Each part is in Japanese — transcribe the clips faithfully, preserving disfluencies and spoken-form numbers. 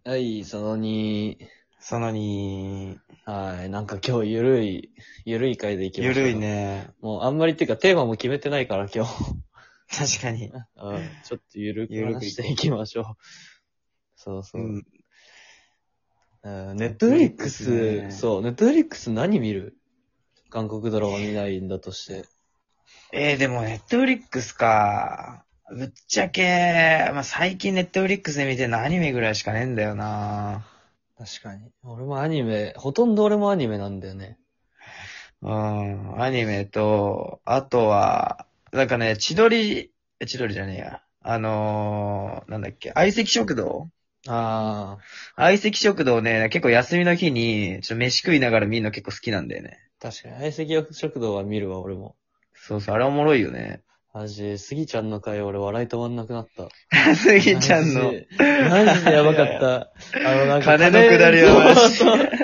はい、そのに、 そのに、 はい、なんか今日ゆるい、ゆるい回でいきましょう。 ゆるい。ね。 もうあんまりっていうかテーマも決めてないから今日。 確かに。 うん、ちょっとゆるくゆるくいこ話していきましょう。そうう。うそう。 ん。 ネットフリック Netflix ねス、そう、ネットフリックス何見る？韓国ドラマ見ないんだとして。 えー、でもネットフリックスか。ぶっちゃけ、まあ、最近ネットフリックスで見てるのアニメぐらいしかねえんだよな。 確かに。俺もアニメ、ほとんど俺もアニメなんだよね。 うん。アニメと、あとは、なんかね、千鳥、え千鳥じゃねえや。あのー、なんだっけ、相席食堂あ相席食堂ね、結構休みの日に、ちょっと飯食いながら見るの結構好きなんだよね。 ー、確かに。相席食堂は見るわ、俺も。 そうそう、あれおもろいよね。 マジ、スギちゃんの回俺笑い止まんなくなった。 スギちマゃんの。 ジ、マジでやばかった。あの、なんか金のくだりはマジ。 そうそう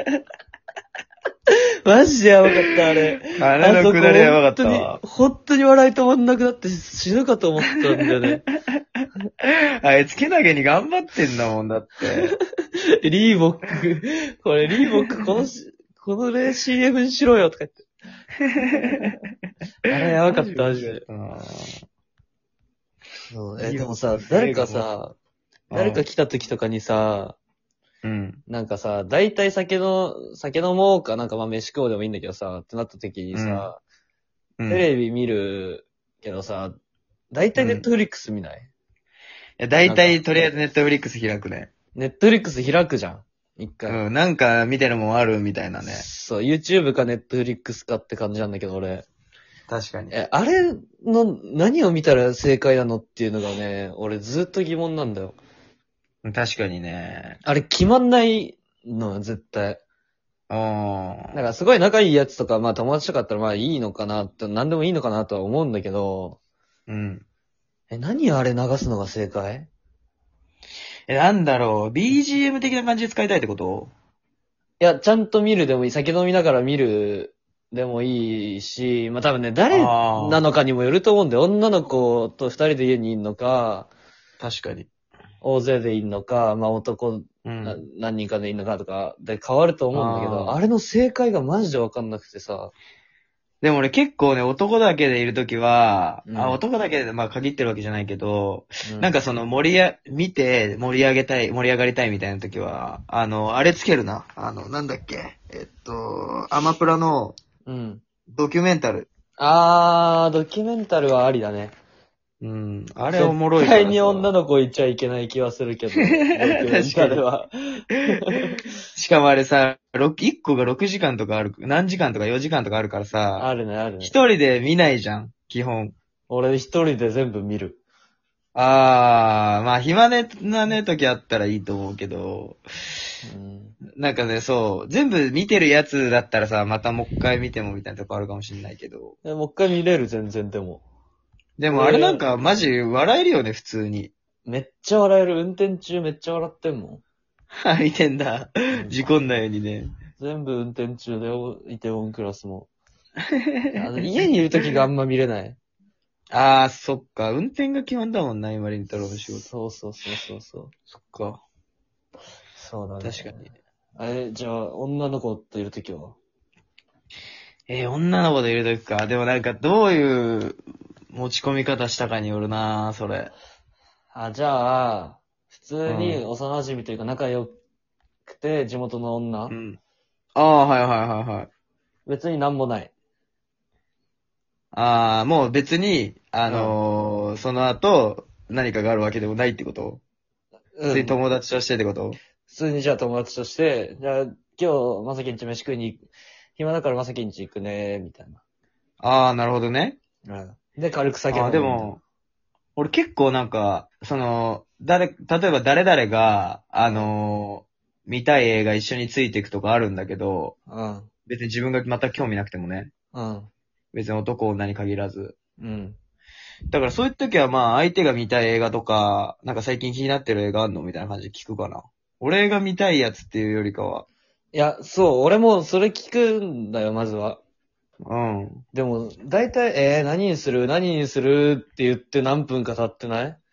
マジでやばかった、あれ。 金のくだりはやばかったわ。 あそこ本当に、本当に笑い止まんなくなって死ぬかと思ったんだよね。 あいつけなげに頑張ってんだもんだって。 リーボック、これリーボックこのし、このね シーエム にしろよとか言って。あれやばかった、マジで。そうえ、でもさ、誰かさ、誰か来た時とかにさ、 うん。 なんかさ、大体酒の、酒飲もうか、なんかまあ飯食おうでもいいんだけどさ、ってなった時にさ、 うん。 テレビ見るけどさ、大体ネットフリックス見ない？ いや、大体とりあえずネットフリックス開くね。 ネットフリックス開くじゃん。一回。 うん。なんか見てるもんあるみたいなね。 そう、YouTube かネットフリックスかって感じなんだけど、俺。 確かに。 え、あれの何を見たら正解なのっていうのがね、俺ずっと疑問なんだよ。 確かにね。 あれ決まんないのよ、絶対。 おー。 なんかすごい仲いいやつとか、まあ友達とかだったらまあいいのかなって、何でもいいのかなとは思うんだけど、 うん。 え、何あれ流すのが正解？ え、なんだろう。ビージーエム 的な感じで使いたいってこと？ いや、ちゃんと見るでもいい。酒飲みながら見るでもいいし、まあ多分ね、誰ああ。 なのかにもよると思うんで、女の子と二人で家にいるのか、 確かに。 大勢でいるのか、まあ男なうん。 何人かでいるのかとかで変わると思うんだけど、 あーあれの正解がマジでわかんなくてさ。 でも俺結構ね、男だけでいるときは、 うんあ、男だけで、まあ限ってるわけじゃないけど、 うん。 なんかその盛りや、見て盛り上げたい、盛り上がりたいみたいなときは、あの、あれつけるな。あの、なんだっけ。えっと、アマプラのうん。 ドキュメンタル。 あー、ドキュメンタルはありだね。 うん。あれおもろい絶対からさ。 に女の子いちゃいけない気はするけど、ドキュメンタルは。 しかもあれさ、ろく、いっこがろくじかんとかある、何時間とかよじかんとかあるからさ、 あるね、あるね。 一人で見ないじゃん、基本。 俺一人で全部見る。 あー、まあ暇ねなね、時あったらいいと思うけど、 うん。 なんかね、そう、全部見てるやつだったらさ、またもう一回見てもみたいなとこあるかもしれないけど。 でもう一回見れる、全然でも。 でもあれなんかマジ笑えるよね、普通に。 めっちゃ笑える。運転中めっちゃ笑ってんも見てんだ。 ん。うん、 事故んないようにね。 全部運転中で、イテウォンクラスも。あの家にいる時があんま見れない。 あー、そっか。運転が基本だもんな、今りんたろーの仕事。 そうそうそうそうそう。 そっか。 そうだね。 確かに。 あれ、じゃあ、女の子といる時は？ えー女の子でいるときか。でもなんかどういう持ち込み方したかによるなそれ。 あ、じゃあ、普通にうん。 幼馴染というか仲良くて地元の女、 うん。ああ、はいはいはいはい。 別になんもない。 ああ、もう別に、あうん。 のーその後、何かがあるわけでもないってこと？普通にうん。 友達としてってこと？ 普通にじゃあ友達として、じゃあ今日まさきんち飯食いに行く、暇だからまさきんち行くね、みたいああ、なるほどね。 な。うん。で、軽く酒ああ、 飲むみたいな。 でも、俺結構なんか、その、誰、例えば誰々が、あのー見たい映画一緒についていくとかあるんだけど、 うん。 別に自分が全く興味なくてもね。 うん。 別に男女に限らず。 うん。 だからそういう時はまあ相手が見たい映画とか、なんか最近気になってる映画あんのみたいな感じで聞くかな。俺が見たいやつっていうよりかは。 いや、そう、俺もそれ聞くんだよ、まずは。 うん。 でも、大体、えー、何にする何にするって言って何分か経ってない？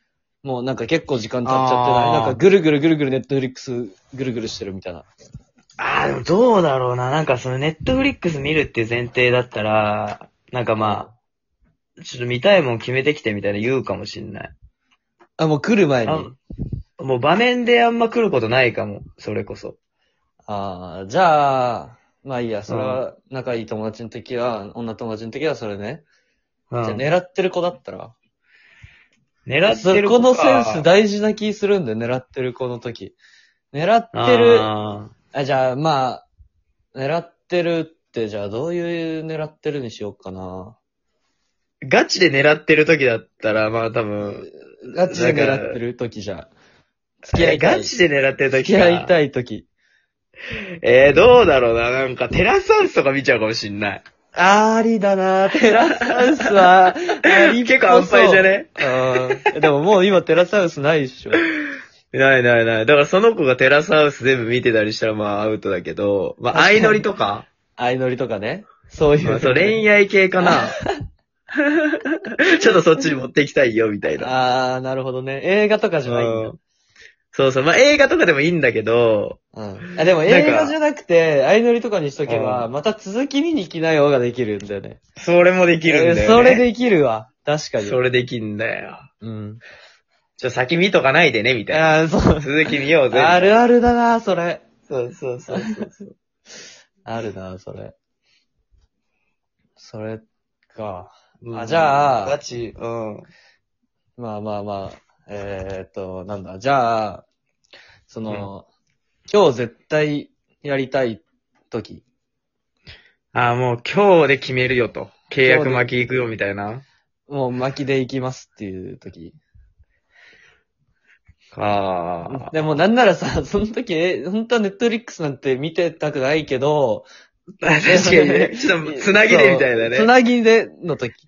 もうなんか結構時間経っちゃってない。 あーなんかぐるぐるぐるぐるネットフリックスぐるぐるしてるみたいな。 ああ、でもどうだろうな。なんかそのネットフリックス見るっていう前提だったら、なんかまあ、ちょっと見たいもん決めてきてみたいな言うかもしんない。 あ、もう来る前に。 あもう場面であんま来ることないかも。それこそ。 ああ、じゃあ、まあいいや、それは仲いい友達の時は、女友達の時はそれね。 うん。 じゃあ狙ってる子だったら。 狙っそてる子か。 このセンス大事な気するんだよ、狙ってる子の時。狙ってる、 ああ、じゃあまあ、狙ってるって、じゃあどういう狙ってるにしようかな。 ーガチで狙ってる時だったら、まあ多分、 ガチで狙ってる時じゃ。付き合いたい。 ガチで狙ってる時か。 付き合いたい時。 えー、どうだろうな。なんかテラスハウスとか見ちゃうかもしんない。 ありだなテラスハウスは、 結構安牌じゃね？ うん。でももう今テラスハウスないっしょ。 ないないない。だからその子がテラスハウス全部見てたりしたらまあアウトだけど、まあ相乗りとか、 相乗りとかね。そういう。 まあそう恋愛系かな。ちょっとそっちに持っていきたいよみたいな。 あー、なるほどね。映画とかじゃないんだ。 うんそうそう。まあ映画とかでもいいんだけど、 うん。あ、でも映画じゃなくて、相乗りとかにしとけば、 うんまた続き見に来ない方ができるんだよね。 それもできるんだよね。 えーそれできるわ。確かに。 それできんだよ。 うん。 ちょ、先見とかないでね、みたいな。 あー、そう。 続き見ようぜ。 あるあるだな、それ。 そうそうそうそうそう。 あるな、それ。それか。 うんあ、じゃあガチ、うん。 まあまあまあ、えーっと、なんだ、じゃあ、その、今日絶対やりたい時。 ああ、もう今日で決めるよと。契約巻き行くよみたいな。 もう巻きで行きますっていう時。 ああ。 でもなんならさ、その時、え、本当はネットフリックスなんて見てたくないけど、 確かにね。ちょっと、つなぎでみたいなね。 つなぎでの時。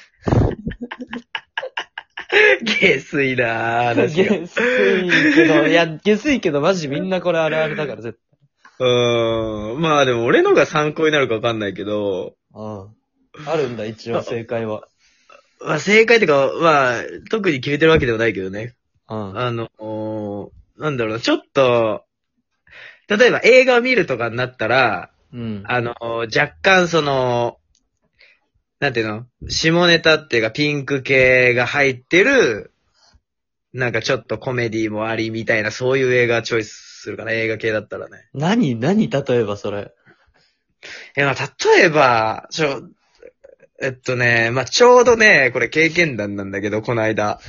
下水なぁ、話が。 下水けど、いや、下水けどマジみんなこれあるあるだから絶うーん。まあでも俺のが参考になるかわかんないけど、 対。うん。あるんだ、一応正解は。 まあ正解っていうか、まあ、特に決めてるわけではないけどね。 うん。 あの、おーなんだろうな、ちょっと、例えば映画を見るとかになったら、 うん。 あの、若干その、なんていうの下ネタっていうかピンク系が入ってる、なんかちょっとコメディもありみたいな、そういう映画チョイスするかな、映画系だったらね。 何何例えばそれ。 え、まあ、例えば、ちょ、えっとね、まあ、ちょうどね、これ経験談なんだけど、この間。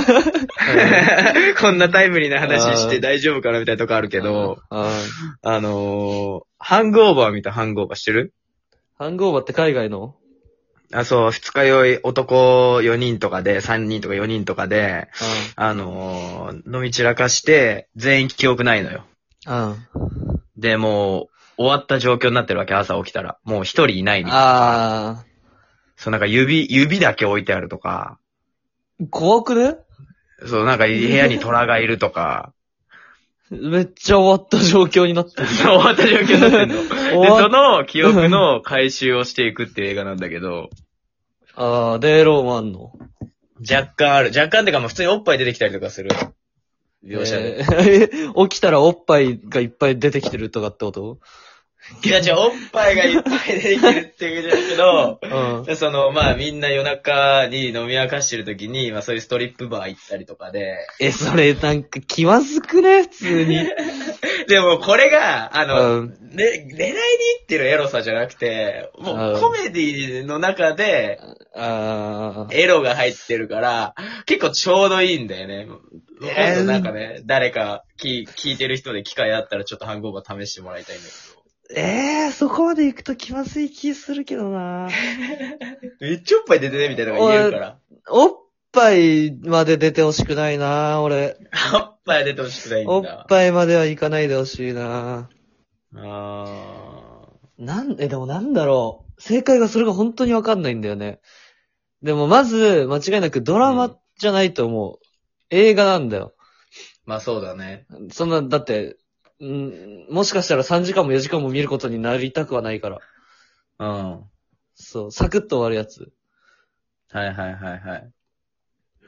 こんなタイムリーな話して大丈夫かなみたいなとこあるけど、 うん。 あのー、ハングオーバー見たハングオーバーしてる？ ハングオーバーって海外のあ、そう、二日酔い男よにんとかで、さんにんとかよにんとかで、 うあのー、飲み散らかして、全員記憶ないのよ。 ん。うん。 で、もう、終わった状況になってるわけ、朝起きたら。もう一人いないみたいな。 あそう、なんか指、指だけ置いてあるとか、 ー。怖くねそう、なんか部屋に虎がいるとか、 めっちゃ終わった状況になってる。 そう終わった状況になってんの。で、 終わその記憶の回収をしていくっていう映画なんだけど、 あー、デーローもあんの若干ある。若干ってか、まあ普通におっぱい出てきたりとかする。描写で。 えー起きたらおっぱいがいっぱい出てきてるとかってこといや、じゃあおっぱいがいっぱい出てきてるっていうわけじゃないけど、 うん。 その、まあみんな夜中に飲み明かしてる時に、まあそういうストリップバー行ったりとかで。 え、それなんか気まずくね普通に。 でもこれが、あの、 うんね、恋愛に行ってるエロさじゃなくて、もうんうコメディの中であー。 エロが入ってるから、結構ちょうどいいんだよね。今度なんかね、誰か聞聞いてる人で機会あったらちょっとハングオーバー試してもらいたいんだけど。 えー、そこまで行くと気まずい気するけどなめっちゃおっぱい出てねみたいなのが言えるから。 おっぱいまで出てほしくないな俺。 おっぱい出てほしくないんだ。 おっぱいまでは行かないでほしいなあなん、え、でもなんだろう。正解がそれが本当にわかんないんだよね。でもまず、間違いなくドラマじゃないと思う。映画なんだよ。 まあそうだね。 そんな、だって、んもしかしたらさんじかんもよじかんも見ることになりたくはないから。 うん。 そう、サクッと終わるやつ。 はいはいはいはい。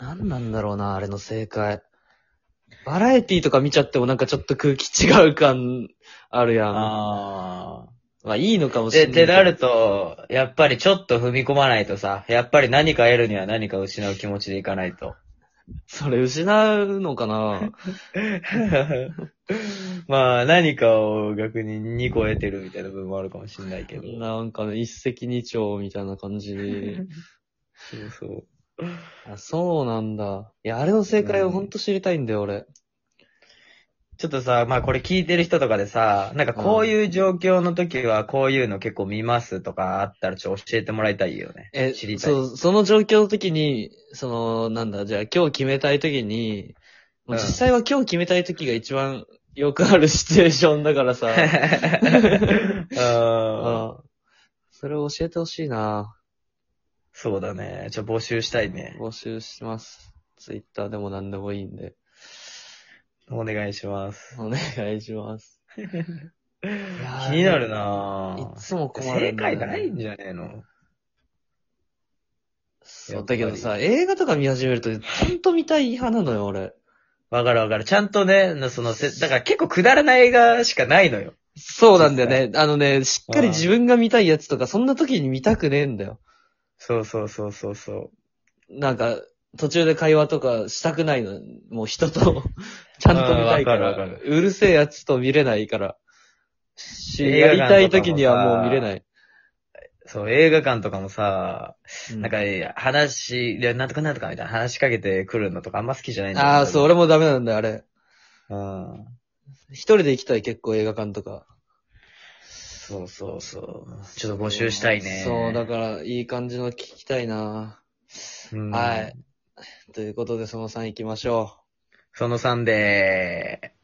なんなんだろうな、あれの正解。バラエティとか見ちゃってもなんかちょっと空気違う感あるやん。 あまあいいのかもあ。で、 しれないけど。 ってなると、やっぱりちょっと踏み込まないとさ、やっぱり何か得るには何か失う気持ちでいかないと。 それ失うのかなまあ、何かを逆ににこ得てるみたいな部分もあるかもしれないけど。 なんかね、一石二鳥みたいな感じで。 そうそう。 あ、そうなんだ。いや、あれの正解をほんと知りたいんだよ、俺。 ちょっとさ、まあこれ聞いてる人とかでさ、なんかこういう状況の時はこういうの結構見ますとかあったらちょっと教えてもらいたいよね。 え、 知りたい。 そう、その状況の時に、その、なんだ、じゃあ今日決めたい時に、もう実際は今日決めたい時が一番よくあるシチュエーションだからさ。 ああそれを教えてほしいな。 そうだね。ちょ、募集したいね。 募集します。ツイッターでも何でもいいんで。 お願いします。 お願いします。いやー気になるないぁ。 つも困る正んだよね解ないんじゃねえの？ そう、だけどさ、映画とか見始めると、ちゃんと見たい派なのよ、俺。 わかるわかる。ちゃんとね、そのせ、だから結構くだらない映画しかないのよ。 そうなんだよね。あのね、しっかり自分が見たいやつとか、そんな時に見たくねえんだよ。 そうそうそうそうそう。 なんか、途中で会話とかしたくないの。もう人と、ちゃんと見たいから。 うんわかるわかうるせえやつと見れないから。し、 映やりたい画館とかもさ時にはもう見れない。 そう、映画館とかもさ、 うんなんか、話、いや、なんとかなんとかみたいな話しかけてくるのとかあんま好きじゃないんだよね。 ああ、そう、俺もダメなんだよ、あれ。 うん。 一人で行きたい、結構映画館とか。 そうそうそう。ちょっと募集したいね。 そう、だから、いい感じの聞きたいな。 うんはい。ということで、そのさん行きましょう。 そのさんでー、